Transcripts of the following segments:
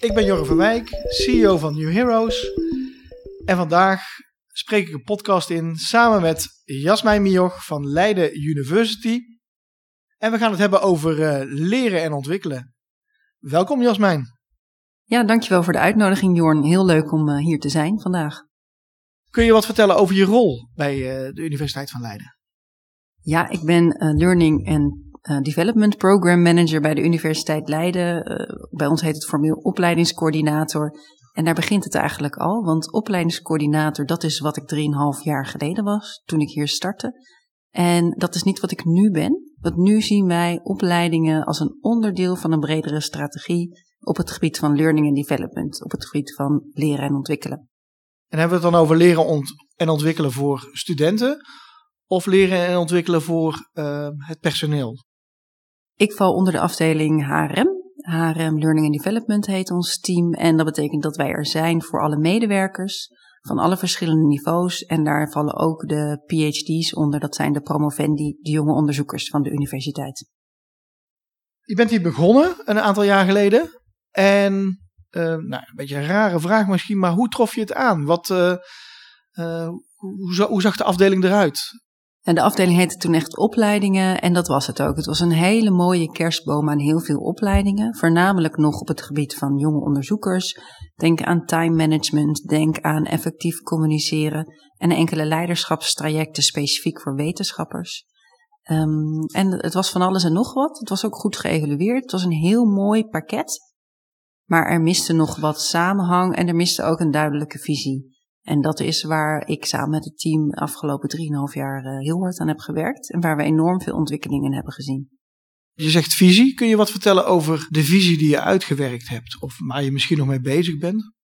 Ik ben Jorre van Wijk, CEO van New Heroes. En vandaag spreek ik een podcast in samen met Jasmijn Mioch van Leiden University. En we gaan het hebben over leren en ontwikkelen. Welkom Jasmijn. Ja, dankjewel voor de uitnodiging, Jorn. Heel leuk om hier te zijn vandaag. Kun je wat vertellen over je rol bij de Universiteit van Leiden? Ja, ik ben Learning and Development Program Manager bij de Universiteit Leiden. Bij ons heet het formeel opleidingscoördinator. En daar begint het eigenlijk al, want opleidingscoördinator, dat is wat ik 3,5 jaar geleden was, toen ik hier startte. En dat is niet wat ik nu ben. Want nu zien wij opleidingen als een onderdeel van een bredere strategie op het gebied van learning and development, op het gebied van leren en ontwikkelen. En hebben we het dan over leren en ontwikkelen voor studenten of leren en ontwikkelen voor het personeel? Ik val onder de afdeling HRM. HRM Learning and Development heet ons team. En dat betekent dat wij er zijn voor alle medewerkers van alle verschillende niveaus. En daar vallen ook de PhD's onder. Dat zijn de promovendi, de jonge onderzoekers van de universiteit. Je bent hier begonnen een aantal jaar geleden. En een beetje een rare vraag misschien, maar hoe trof je het aan? Hoe zag de afdeling eruit? En de afdeling heette toen echt opleidingen en dat was het ook. Het was een hele mooie kerstboom aan heel veel opleidingen. Voornamelijk nog op het gebied van jonge onderzoekers. Denk aan time management, denk aan effectief communiceren en enkele leiderschapstrajecten specifiek voor wetenschappers. En het was van alles en nog wat. Het was ook goed geëvalueerd. Het was een heel mooi pakket. Maar er miste nog wat samenhang en er miste ook een duidelijke visie. En dat is waar ik samen met het team de afgelopen 3,5 jaar heel hard aan heb gewerkt. En waar we enorm veel ontwikkelingen hebben gezien. Je zegt visie. Kun je wat vertellen over de visie die je uitgewerkt hebt? Of waar je misschien nog mee bezig bent?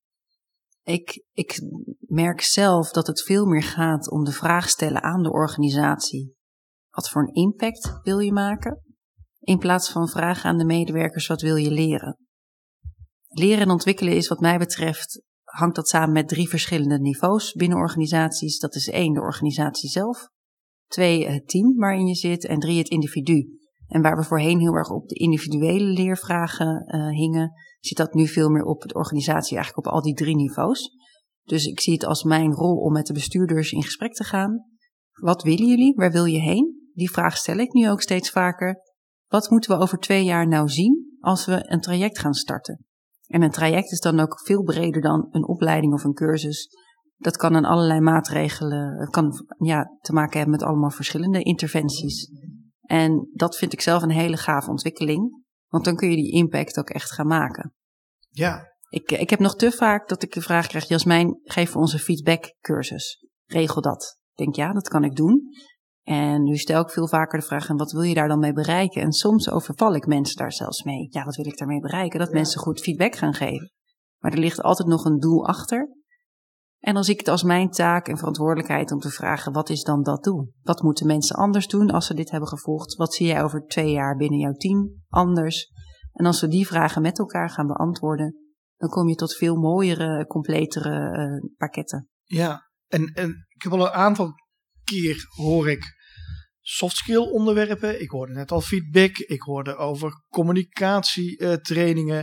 Ik merk zelf dat het veel meer gaat om de vraag stellen aan de organisatie. Wat voor een impact wil je maken? In plaats van vragen aan de medewerkers, wat wil je leren? Leren en ontwikkelen is wat mij betreft, hangt dat samen met 3 verschillende niveaus binnen organisaties. Dat is 1, de organisatie zelf. 2, het team waarin je zit. En 3, het individu. En waar we voorheen heel erg op de individuele leervragen hingen, zit dat nu veel meer op de organisatie, eigenlijk op al die 3 niveaus. Dus ik zie het als mijn rol om met de bestuurders in gesprek te gaan. Wat willen jullie? Waar wil je heen? Die vraag stel ik nu ook steeds vaker. Wat moeten we over 2 jaar nou zien als we een traject gaan starten? En een traject is dan ook veel breder dan een opleiding of een cursus. Dat kan aan allerlei maatregelen, het kan te maken hebben met allemaal verschillende interventies. En dat vind ik zelf een hele gave ontwikkeling, want dan kun je die impact ook echt gaan maken. Ja. Ik heb nog te vaak dat ik de vraag krijg, Jasmijn, geef ons een feedbackcursus. Regel dat. Ik denk, ja, dat kan ik doen. En nu stel ik veel vaker de vraag, en wat wil je daar dan mee bereiken? En soms overval ik mensen daar zelfs mee. Ja, wat wil ik daarmee bereiken? Dat mensen goed feedback gaan geven. Maar er ligt altijd nog een doel achter. En dan zie ik het als mijn taak en verantwoordelijkheid om te vragen, wat is dan dat doel? Wat moeten mensen anders doen als ze dit hebben gevolgd? Wat zie jij over 2 jaar binnen jouw team anders? En als we die vragen met elkaar gaan beantwoorden, dan kom je tot veel mooiere, completere pakketten. Ja, en ik heb al een aantal keer hoor ik soft skill onderwerpen. Ik hoorde net al feedback. Ik hoorde over communicatietrainingen,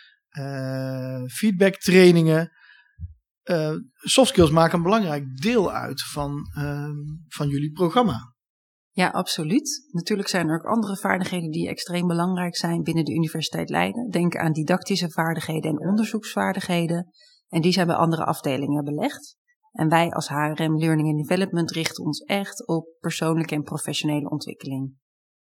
feedback trainingen. Soft skills maken een belangrijk deel uit van jullie programma. Ja, absoluut. Natuurlijk zijn er ook andere vaardigheden die extreem belangrijk zijn binnen de Universiteit Leiden. Denk aan didactische vaardigheden en onderzoeksvaardigheden. En die zijn bij andere afdelingen belegd. En wij als HRM Learning and Development richten ons echt op persoonlijke en professionele ontwikkeling.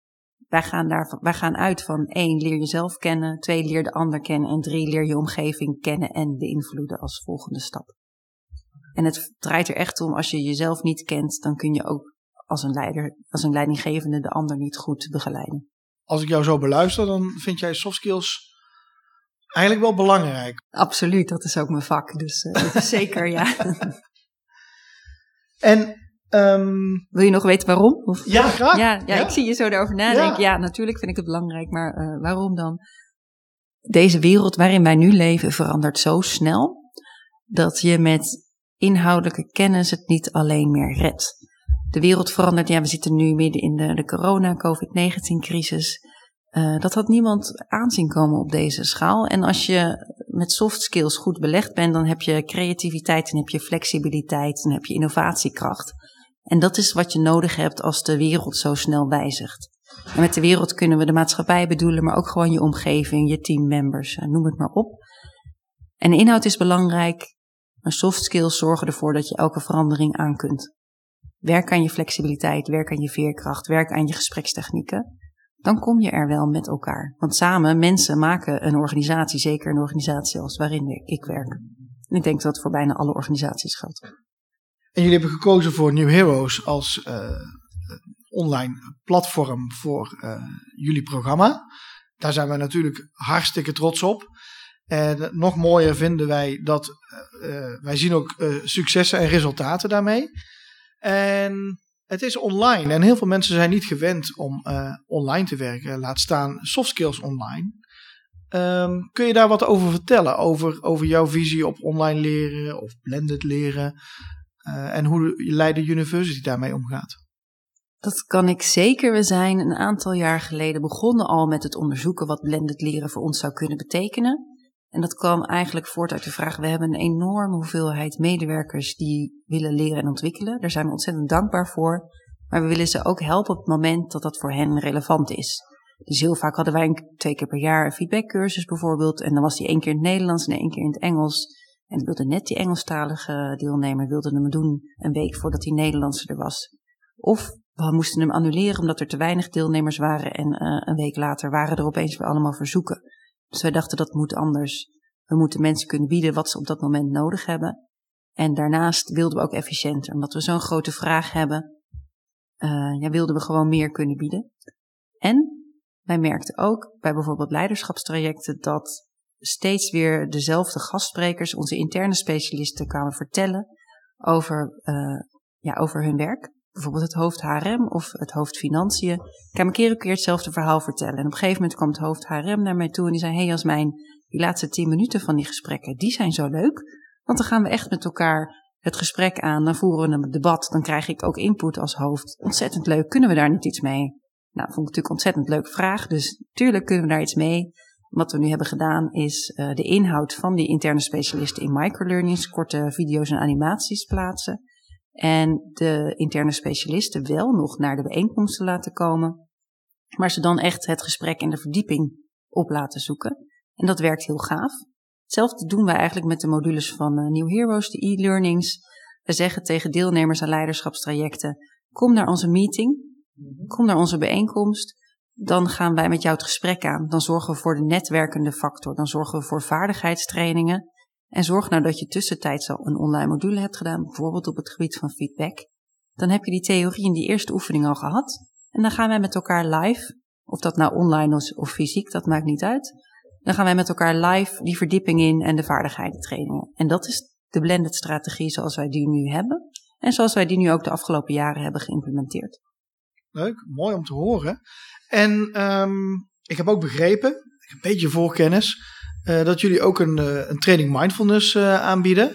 Wij gaan uit van 1, leer jezelf kennen, 2, leer de ander kennen en 3, leer je omgeving kennen en beïnvloeden als volgende stap. En het draait er echt om, als je jezelf niet kent, dan kun je ook als een leider, als een leidinggevende de ander niet goed begeleiden. Als ik jou zo beluister, dan vind jij soft skills eigenlijk wel belangrijk. Absoluut, dat is ook mijn vak, dus dat is zeker, ja. En wil je nog weten waarom? Of? Ja, graag. Ja, ik zie je zo daarover nadenken. Ja, natuurlijk vind ik het belangrijk, maar waarom dan? Deze wereld waarin wij nu leven verandert zo snel dat je met inhoudelijke kennis het niet alleen meer redt. De wereld verandert, we zitten nu midden in de corona, COVID-19 crisis. Dat had niemand aanzien komen op deze schaal. En als je met soft skills goed belegd bent, dan heb je creativiteit, dan heb je flexibiliteit, dan heb je innovatiekracht. En dat is wat je nodig hebt als de wereld zo snel wijzigt. En met de wereld kunnen we de maatschappij bedoelen, maar ook gewoon je omgeving, je teammembers, noem het maar op. En de inhoud is belangrijk, maar soft skills zorgen ervoor dat je elke verandering aan kunt. Werk aan je flexibiliteit, werk aan je veerkracht, werk aan je gesprekstechnieken. Dan kom je er wel met elkaar. Want samen, mensen maken een organisatie, zeker een organisatie als waarin ik werk. En ik denk dat het voor bijna alle organisaties geldt. En jullie hebben gekozen voor New Heroes als online platform voor jullie programma. Daar zijn we natuurlijk hartstikke trots op. En nog mooier vinden wij dat wij zien ook successen en resultaten daarmee. En het is online en heel veel mensen zijn niet gewend om online te werken. Laat staan soft skills online. Kun je daar wat over vertellen? Over jouw visie op online leren of blended leren? En hoe Leiden University daarmee omgaat? Dat kan ik zeker. We zijn een aantal jaar geleden begonnen al met het onderzoeken wat blended leren voor ons zou kunnen betekenen. En dat kwam eigenlijk voort uit de vraag, we hebben een enorme hoeveelheid medewerkers die willen leren en ontwikkelen. Daar zijn we ontzettend dankbaar voor. Maar we willen ze ook helpen op het moment dat dat voor hen relevant is. Dus heel vaak hadden wij 2 keer per jaar een feedbackcursus bijvoorbeeld. En dan was die 1 keer in het Nederlands en 1 keer in het Engels. En ik wilde net die Engelstalige deelnemer, wilde hem doen een week voordat die Nederlandse er was. Of we moesten hem annuleren omdat er te weinig deelnemers waren. En een week later waren er opeens weer allemaal verzoeken. Dus wij dachten dat moet anders. We moeten mensen kunnen bieden wat ze op dat moment nodig hebben. En daarnaast wilden we ook efficiënter. Omdat we zo'n grote vraag hebben, wilden we gewoon meer kunnen bieden. En wij merkten ook bij bijvoorbeeld leiderschapstrajecten dat steeds weer dezelfde gastsprekers, onze interne specialisten, kwamen vertellen over hun werk. Bijvoorbeeld het hoofd HRM of het hoofd Financiën. Ik kan een keer hetzelfde verhaal vertellen. En op een gegeven moment kwam het hoofd HRM naar mij toe en die zei, hey Jasmijn, die laatste 10 minuten van die gesprekken, die zijn zo leuk. Want dan gaan we echt met elkaar het gesprek aan, dan voeren we een debat, dan krijg ik ook input als hoofd. Ontzettend leuk, kunnen we daar niet iets mee? Nou, vond ik natuurlijk een ontzettend leuke vraag, dus natuurlijk kunnen we daar iets mee. Wat we nu hebben gedaan is de inhoud van die interne specialisten in microlearnings, korte video's en animaties plaatsen. En de interne specialisten wel nog naar de bijeenkomsten laten komen, maar ze dan echt het gesprek en de verdieping op laten zoeken. En dat werkt heel gaaf. Hetzelfde doen wij eigenlijk met de modules van New Heroes, de e-learnings. We zeggen tegen deelnemers aan leiderschapstrajecten, kom naar onze meeting, kom naar onze bijeenkomst. Dan gaan wij met jou het gesprek aan. Dan zorgen we voor de netwerkende factor. Dan zorgen we voor vaardigheidstrainingen. En zorg nou dat je tussentijds al een online module hebt gedaan, bijvoorbeeld op het gebied van feedback. Dan heb je die theorie en die eerste oefening al gehad. En dan gaan wij met elkaar live, of dat nou online is of fysiek, dat maakt niet uit. Dan gaan wij met elkaar live die verdieping in en de vaardigheidstrainingen. En dat is de blended strategie zoals wij die nu hebben. En zoals wij die nu ook de afgelopen jaren hebben geïmplementeerd. Leuk, mooi om te horen. En ik heb ook begrepen, ik heb een beetje voorkennis, dat jullie ook een training mindfulness aanbieden,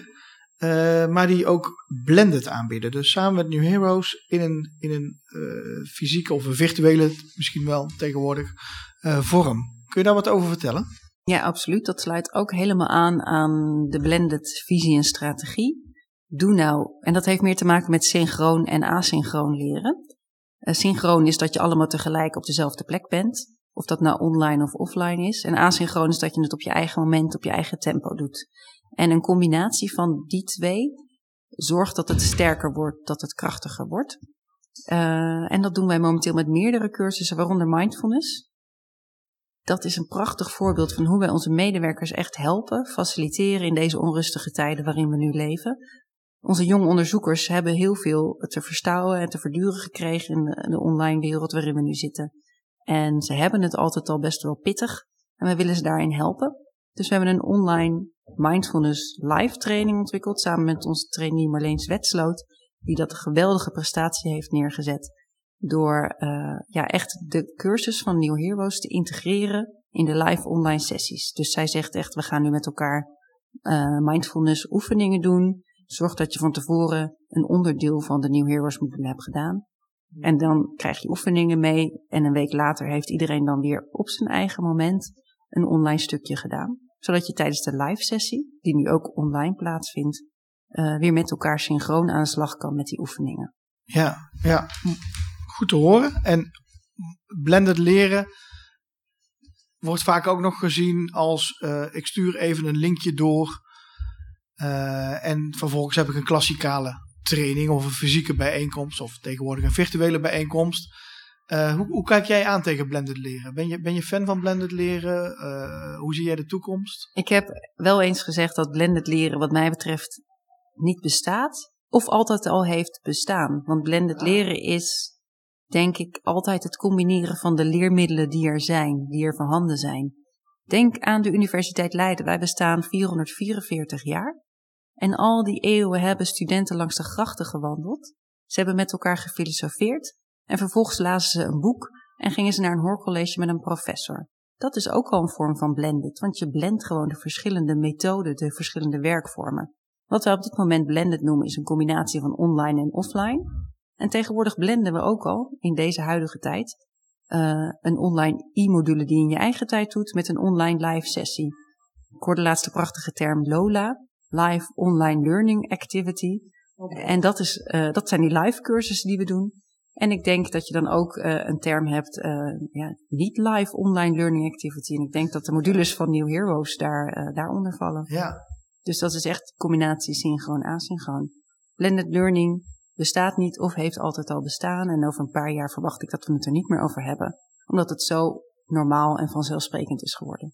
maar die ook blended aanbieden. Dus samen met New Heroes in een fysieke of een virtuele, misschien wel tegenwoordig, vorm. Kun je daar wat over vertellen? Ja, absoluut. Dat sluit ook helemaal aan de blended visie en strategie. Doe nou, en dat heeft meer te maken met synchroon en asynchroon leren. Synchroon is dat je allemaal tegelijk op dezelfde plek bent. Of dat nou online of offline is. En asynchroon is dat je het op je eigen moment, op je eigen tempo doet. En een combinatie van die twee zorgt dat het sterker wordt, dat het krachtiger wordt. En dat doen wij momenteel met meerdere cursussen, waaronder mindfulness. Dat is een prachtig voorbeeld van hoe wij onze medewerkers echt helpen, faciliteren in deze onrustige tijden waarin we nu leven. Onze jonge onderzoekers hebben heel veel te verstouwen en te verduren gekregen in de online wereld waarin we nu zitten. En ze hebben het altijd al best wel pittig en we willen ze daarin helpen. Dus we hebben een online mindfulness live training ontwikkeld samen met onze trainee Marleen Zwetsloot, die dat een geweldige prestatie heeft neergezet door echt de cursus van New Heroes te integreren in de live online sessies. Dus zij zegt echt, we gaan nu met elkaar mindfulness oefeningen doen. Zorg dat je van tevoren een onderdeel van de New Heroes module hebt gedaan. En dan krijg je oefeningen mee. En een week later heeft iedereen dan weer op zijn eigen moment een online stukje gedaan. zodat je tijdens de live sessie, die nu ook online plaatsvindt, weer met elkaar synchroon aan de slag kan met die oefeningen. Ja, goed te horen. En blended leren wordt vaak ook nog gezien als ik stuur even een linkje door en vervolgens heb ik een klassikale training of een fysieke bijeenkomst of tegenwoordig een virtuele bijeenkomst. Hoe kijk jij aan tegen blended leren? Ben je fan van blended leren? Hoe zie jij de toekomst? Ik heb wel eens gezegd dat blended leren wat mij betreft niet bestaat of altijd al heeft bestaan. Want blended leren is, denk ik, altijd het combineren van de leermiddelen die er zijn, die er voorhanden zijn. Denk aan de Universiteit Leiden. Wij bestaan 444 jaar. En al die eeuwen hebben studenten langs de grachten gewandeld. Ze hebben met elkaar gefilosofeerd. En vervolgens lazen ze een boek en gingen ze naar een hoorcollege met een professor. Dat is ook al een vorm van blended, want je blendt gewoon de verschillende methoden, de verschillende werkvormen. Wat wij op dit moment blended noemen is een combinatie van online en offline. En tegenwoordig blenden we ook al, in deze huidige tijd, een online e-module die je in je eigen tijd doet met een online live sessie. Ik hoorde laatst de prachtige term LOLA, Live Online Learning Activity. En dat zijn die live cursussen die we doen. En ik denk dat je dan ook een term hebt, niet live online learning activity. En ik denk dat de modules van New Heroes daaronder vallen. Ja. Dus dat is echt combinatie synchroon-asynchroon. Blended learning bestaat niet of heeft altijd al bestaan. En over een paar jaar verwacht ik dat we het er niet meer over hebben. Omdat het zo normaal en vanzelfsprekend is geworden.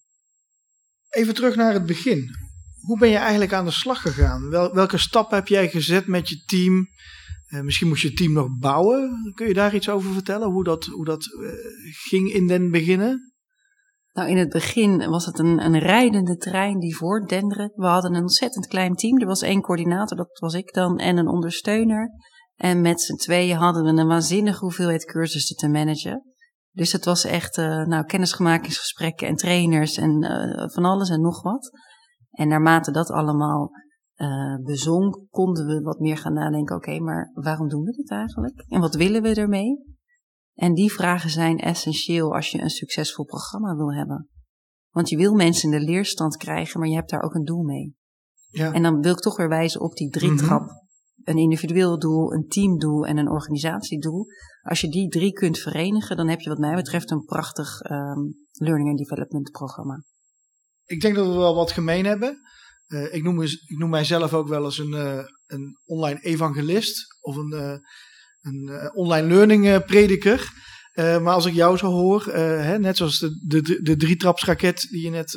Even terug naar het begin. Hoe ben je eigenlijk aan de slag gegaan? Welke stappen heb jij gezet met je team? Misschien moest je het team nog bouwen. Kun je daar iets over vertellen? Hoe dat ging in den beginnen? Nou, in het begin was het een rijdende trein die voortdenderde. We hadden een ontzettend klein team. Er was 1 coördinator, dat was ik dan, en een ondersteuner. En met z'n tweeën hadden we een waanzinnige hoeveelheid cursussen te managen. Dus het was echt kennismakingsgesprekken en trainers en van alles en nog wat. En naarmate dat allemaal bezonk, konden we wat meer gaan nadenken. Oké, maar waarom doen we dit eigenlijk? En wat willen we ermee? En die vragen zijn essentieel als je een succesvol programma wil hebben. Want je wil mensen in de leerstand krijgen, maar je hebt daar ook een doel mee. Ja. En dan wil ik toch weer wijzen op die 3-trap. Een individueel doel, een teamdoel en een organisatiedoel. Als je die 3 kunt verenigen, dan heb je wat mij betreft een prachtig learning and development programma. Ik denk dat we wel wat gemeen hebben. Ik noem mijzelf ook wel eens een online evangelist of een online learning prediker. Maar als ik jou zo hoor, net zoals de 3-trapsraket die je net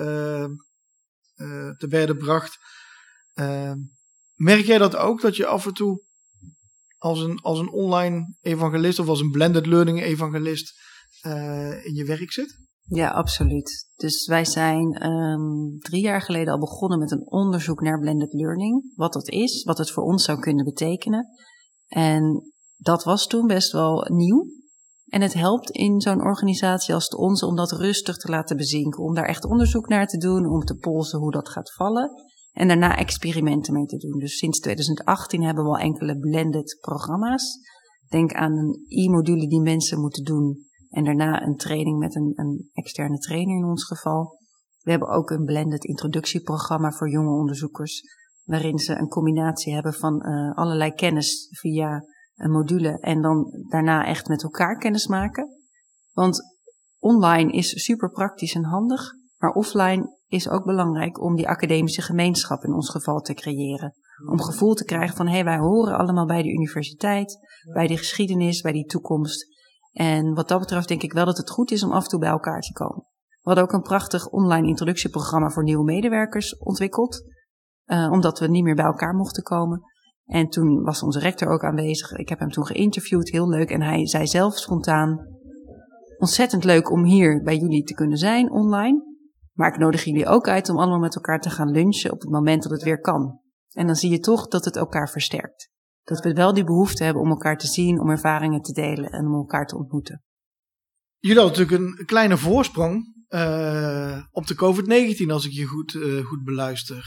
te berde bracht, merk jij dat ook, dat je af en toe als een online evangelist of als een blended learning evangelist in je werk zit? Ja, absoluut. Dus wij zijn 3 jaar geleden al begonnen met een onderzoek naar blended learning. Wat dat is, wat het voor ons zou kunnen betekenen. En dat was toen best wel nieuw. En het helpt in zo'n organisatie als de onze om dat rustig te laten bezinken. Om daar echt onderzoek naar te doen, om te polsen hoe dat gaat vallen. En daarna experimenten mee te doen. Dus sinds 2018 hebben we al enkele blended programma's. Denk aan een e-module die mensen moeten doen. En daarna een training met een externe trainer in ons geval. We hebben ook een blended introductieprogramma voor jonge onderzoekers. Waarin ze een combinatie hebben van allerlei kennis via een module. En dan daarna echt met elkaar kennis maken. Want online is super praktisch en handig. Maar offline is ook belangrijk om die academische gemeenschap in ons geval te creëren. Om gevoel te krijgen van wij horen allemaal bij de universiteit. Bij die geschiedenis, bij die toekomst. En wat dat betreft denk ik wel dat het goed is om af en toe bij elkaar te komen. We hadden ook een prachtig online introductieprogramma voor nieuwe medewerkers ontwikkeld. Omdat we niet meer bij elkaar mochten komen. En toen was onze rector ook aanwezig. Ik heb hem toen geïnterviewd, heel leuk. En hij zei zelf spontaan, ontzettend leuk om hier bij jullie te kunnen zijn online. Maar ik nodig jullie ook uit om allemaal met elkaar te gaan lunchen op het moment dat het weer kan. En dan zie je toch dat het elkaar versterkt. Dat we wel die behoefte hebben om elkaar te zien, om ervaringen te delen en om elkaar te ontmoeten. Jullie hadden natuurlijk een kleine voorsprong op de COVID-19, als ik je goed beluister.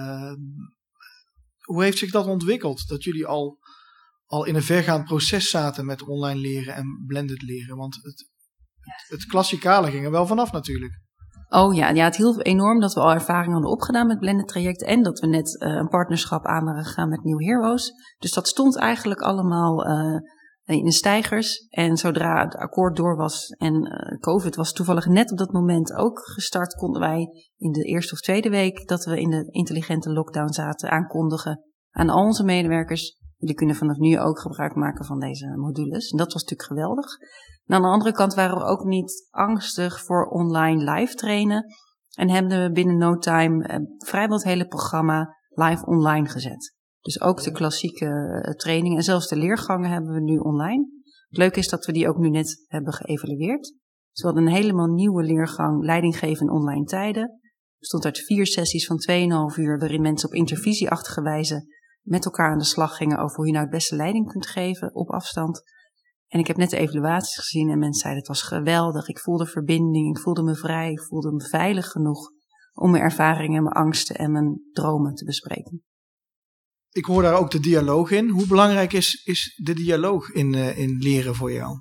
Hoe heeft zich dat ontwikkeld? Dat jullie al in een vergaand proces zaten met online leren en blended leren. Want het klassikale ging er wel vanaf natuurlijk. Oh ja, het hielp enorm dat we al ervaring hadden opgedaan met blended trajecten en dat we net een partnerschap aan waren gegaan met New Heroes. Dus dat stond eigenlijk allemaal in de steigers. En zodra het akkoord door was en COVID was toevallig net op dat moment ook gestart, konden wij in de eerste of tweede week dat we in de intelligente lockdown zaten aankondigen aan al onze medewerkers. Jullie kunnen vanaf nu ook gebruik maken van deze modules. En dat was natuurlijk geweldig. En aan de andere kant waren we ook niet angstig voor online live trainen. En hebben we binnen no time vrijwel het hele programma live online gezet. Dus ook de klassieke trainingen en zelfs de leergangen hebben we nu online. Het leuke is dat we die ook nu net hebben geëvalueerd. Dus we hadden een helemaal nieuwe leergang leidinggeven in online tijden. Er bestond uit 4 sessies van 2,5 uur waarin mensen op intervisieachtige wijze met elkaar aan de slag gingen over hoe je nou het beste leiding kunt geven op afstand. En ik heb net de evaluaties gezien en mensen zeiden het was geweldig. Ik voelde verbinding, ik voelde me vrij, ik voelde me veilig genoeg om mijn ervaringen, mijn angsten en mijn dromen te bespreken. Ik hoor daar ook de dialoog in. Hoe belangrijk is de dialoog in leren voor jou?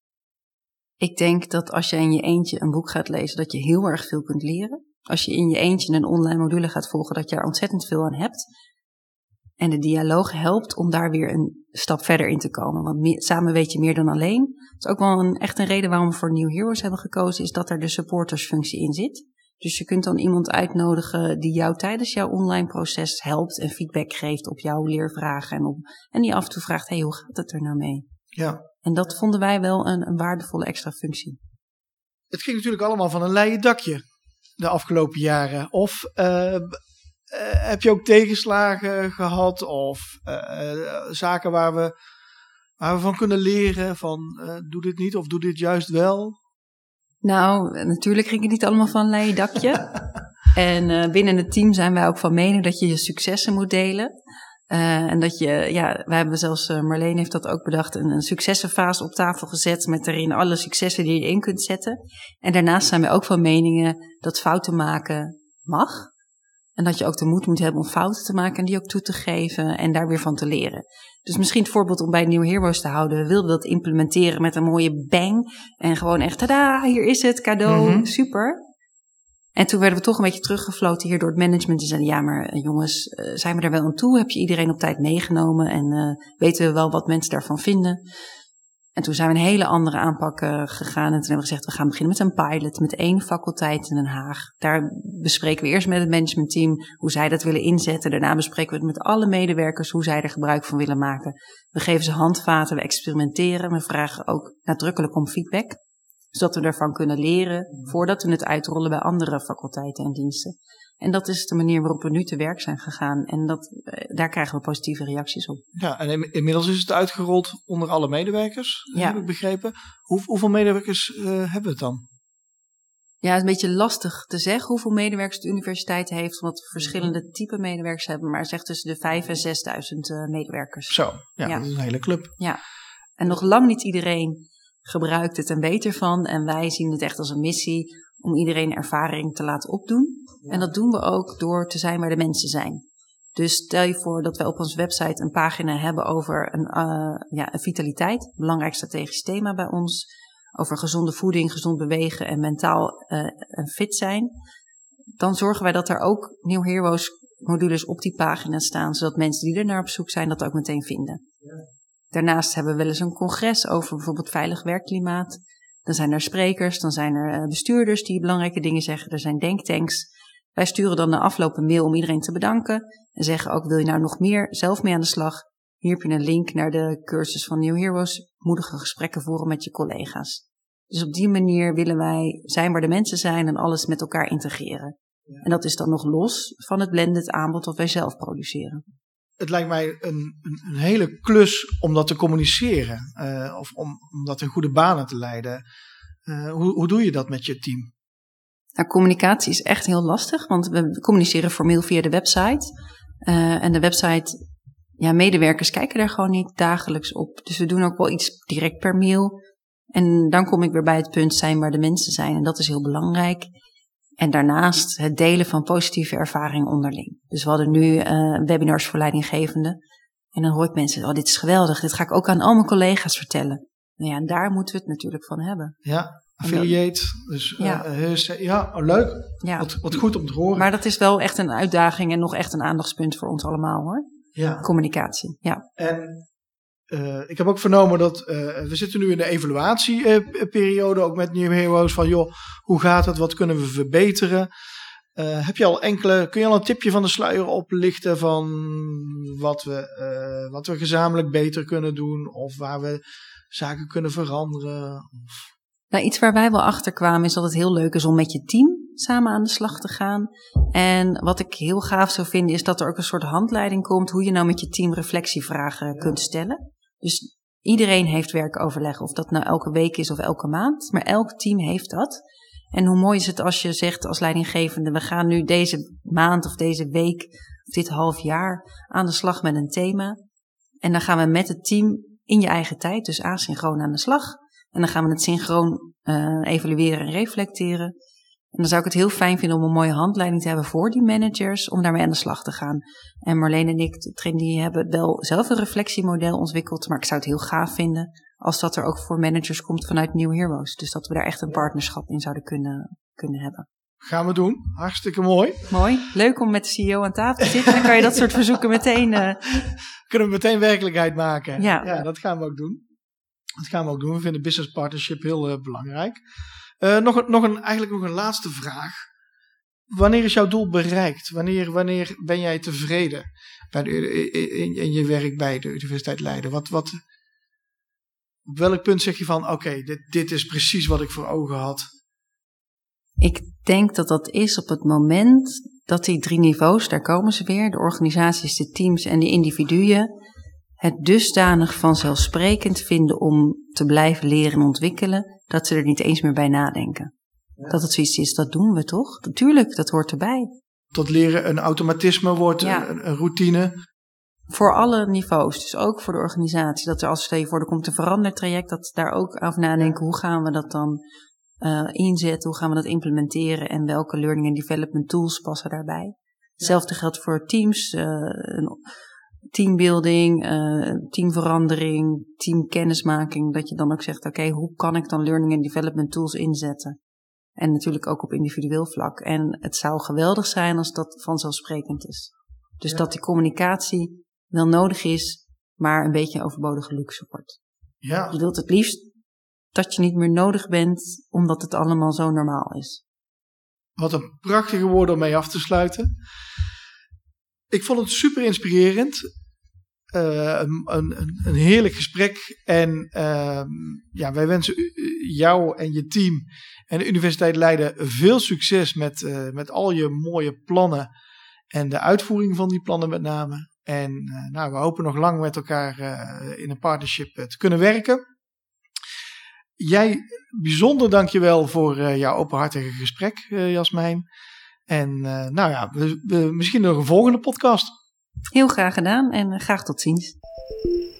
Ik denk dat als je in je eentje een boek gaat lezen, dat je heel erg veel kunt leren. Als je in je eentje een online module gaat volgen, dat je er ontzettend veel aan hebt. En de dialoog helpt om daar weer een stap verder in te komen. Want samen weet je meer dan alleen. Het is ook wel echt een reden waarom we voor New Heroes hebben gekozen, is dat er de supportersfunctie in zit. Dus je kunt dan iemand uitnodigen die jou tijdens jouw online proces helpt en feedback geeft op jouw leervragen. En die af en toe vraagt, hey, hoe gaat het er nou mee? Ja. En dat vonden wij wel een waardevolle extra functie. Het ging natuurlijk allemaal van een leien dakje de afgelopen jaren. Of heb je ook tegenslagen gehad of zaken waar we van kunnen leren van doe dit niet of doe dit juist wel? Nou, natuurlijk ging het niet allemaal van een leien dakje. En binnen het team zijn wij ook van mening dat je je successen moet delen. En dat wij hebben zelfs, Marleen heeft dat ook bedacht, een successenfase op tafel gezet met daarin alle successen die je erin kunt zetten. En daarnaast zijn wij ook van meningen dat fouten maken mag. En dat je ook de moed moet hebben om fouten te maken en die ook toe te geven en daar weer van te leren. Dus misschien het voorbeeld om bij New Heroes te houden. We wilden dat implementeren met een mooie bang. En gewoon echt, tada, hier is het, cadeau, super. En toen werden we toch een beetje teruggefloten hier door het management. Die zeiden, ja maar jongens, zijn we er wel aan toe? Heb je iedereen op tijd meegenomen? En weten we wel wat mensen daarvan vinden? En toen zijn we een hele andere aanpak gegaan. En toen hebben we gezegd, we gaan beginnen met een pilot met 1 faculteit in Den Haag. Daar bespreken we eerst met het managementteam hoe zij dat willen inzetten. Daarna bespreken we het met alle medewerkers hoe zij er gebruik van willen maken. We geven ze handvaten, we experimenteren. We vragen ook nadrukkelijk om feedback. Zodat we ervan kunnen leren voordat we het uitrollen bij andere faculteiten en diensten. En dat is de manier waarop we nu te werk zijn gegaan. En daar krijgen we positieve reacties op. Ja, en inmiddels is het uitgerold onder alle medewerkers, heb ik begrepen. Hoeveel medewerkers hebben we het dan? Ja, het is een beetje lastig te zeggen hoeveel medewerkers de universiteit heeft. Omdat we verschillende type medewerkers hebben. Maar zeg tussen de 5.000 en 6.000 medewerkers. Zo, ja, dat is een hele club. Ja, en nog lang niet iedereen gebruikt het en weet ervan. En wij zien het echt als een missie om iedereen ervaring te laten opdoen. Ja. En dat doen we ook door te zijn waar de mensen zijn. Dus stel je voor dat we op onze website een pagina hebben over een vitaliteit. Een belangrijk strategisch thema bij ons. Over gezonde voeding, gezond bewegen en mentaal en fit zijn. Dan zorgen wij dat er ook New Heroes modules op die pagina staan. Zodat mensen die er naar op zoek zijn dat ook meteen vinden. Ja. Daarnaast hebben we wel eens een congres over bijvoorbeeld veilig werkklimaat. Dan zijn er sprekers, dan zijn er bestuurders die belangrijke dingen zeggen. Er zijn denktanks. Wij sturen dan na afloop een mail om iedereen te bedanken. En zeggen ook, wil je nou nog meer zelf mee aan de slag? Hier heb je een link naar de cursus van New Heroes. Moedige gesprekken voeren met je collega's. Dus op die manier willen wij zijn waar de mensen zijn en alles met elkaar integreren. Ja. En dat is dan nog los van het blended aanbod dat wij zelf produceren. Het lijkt mij een hele klus om dat te communiceren. Of om dat in goede banen te leiden. Hoe doe je dat met je team? Nou, communicatie is echt heel lastig. Want we communiceren formeel via de website. En de website, medewerkers kijken daar gewoon niet dagelijks op. Dus we doen ook wel iets direct per mail. En dan kom ik weer bij het punt zijn waar de mensen zijn. En dat is heel belangrijk. En daarnaast het delen van positieve ervaringen onderling. Dus we hadden nu webinars voor leidinggevenden. En dan hoor ik mensen, dit is geweldig. Dit ga ik ook aan al mijn collega's vertellen. Nou ja, en daar moeten we het natuurlijk van hebben. Ja, Affiliate. Dus leuk. Ja. Wat goed om te horen. Maar dat is wel echt een uitdaging en nog echt een aandachtspunt voor ons allemaal hoor. Ja. Communicatie, ja. En ik heb ook vernomen dat we zitten nu in de evaluatieperiode ook met New Heroes. Van joh, hoe gaat het? Wat kunnen we verbeteren? Kun je al een tipje van de sluier oplichten van wat we gezamenlijk beter kunnen doen? Of waar we zaken kunnen veranderen? Nou, iets waar wij wel achter kwamen is dat het heel leuk is om met je team samen aan de slag te gaan. En wat ik heel gaaf zou vinden is dat er ook een soort handleiding komt hoe je nou met je team reflectievragen kunt stellen. Dus iedereen heeft werkoverleg, of dat nou elke week is of elke maand, maar elk team heeft dat. En hoe mooi is het als je zegt als leidinggevende, we gaan nu deze maand of deze week of dit half jaar aan de slag met een thema. En dan gaan we met het team in je eigen tijd, dus asynchroon aan de slag. En dan gaan we het synchroon evalueren en reflecteren. En dan zou ik het heel fijn vinden om een mooie handleiding te hebben voor die managers om daarmee aan de slag te gaan. En Marleen en ik, die hebben wel zelf een reflectiemodel ontwikkeld, maar ik zou het heel gaaf vinden als dat er ook voor managers komt vanuit New Heroes. Dus dat we daar echt een partnerschap in zouden kunnen hebben. Gaan we doen. Hartstikke mooi. Mooi. Leuk om met de CEO aan tafel te zitten. Dan kan je dat soort verzoeken meteen... Kunnen we meteen werkelijkheid maken. Ja, dat gaan we ook doen. We vinden business partnership heel belangrijk. Eigenlijk nog een laatste vraag. Wanneer is jouw doel bereikt? Wanneer ben jij tevreden in je werk bij de Universiteit Leiden? Op welk punt zeg je van oké, dit is precies wat ik voor ogen had? Ik denk dat is op het moment dat die 3 niveaus, daar komen ze weer, de organisaties, de teams en de individuen, het dusdanig vanzelfsprekend vinden om te blijven leren en ontwikkelen, dat ze er niet eens meer bij nadenken. Ja. Dat het zoiets is, dat doen we toch? Natuurlijk, dat hoort erbij. Tot leren een automatisme wordt, een routine. Voor alle niveaus, dus ook voor de organisatie. Dat er als er voor er komt een verandertraject, dat daar ook over nadenken, hoe gaan we dat dan inzetten, hoe gaan we dat implementeren en welke learning and development tools passen daarbij. Ja. Hetzelfde geldt voor teams, teambuilding, teamverandering, teamkennismaking. Dat je dan ook zegt, oké, hoe kan ik dan learning and development tools inzetten? En natuurlijk ook op individueel vlak. En het zou geweldig zijn als dat vanzelfsprekend is. Dus dat die communicatie wel nodig is, maar een beetje een overbodige luxe wordt. Ja. Je wilt het liefst dat je niet meer nodig bent, omdat het allemaal zo normaal is. Wat een prachtige woorden om mee af te sluiten. Ik vond het super inspirerend. Een heerlijk gesprek. En wij wensen jou en je team en de Universiteit Leiden veel succes met al je mooie plannen. En de uitvoering van die plannen met name. En we hopen nog lang met elkaar in een partnership te kunnen werken. Jij, bijzonder dankjewel voor jouw openhartige gesprek, Jasmijn. En we misschien nog een volgende podcast. Heel graag gedaan en graag tot ziens.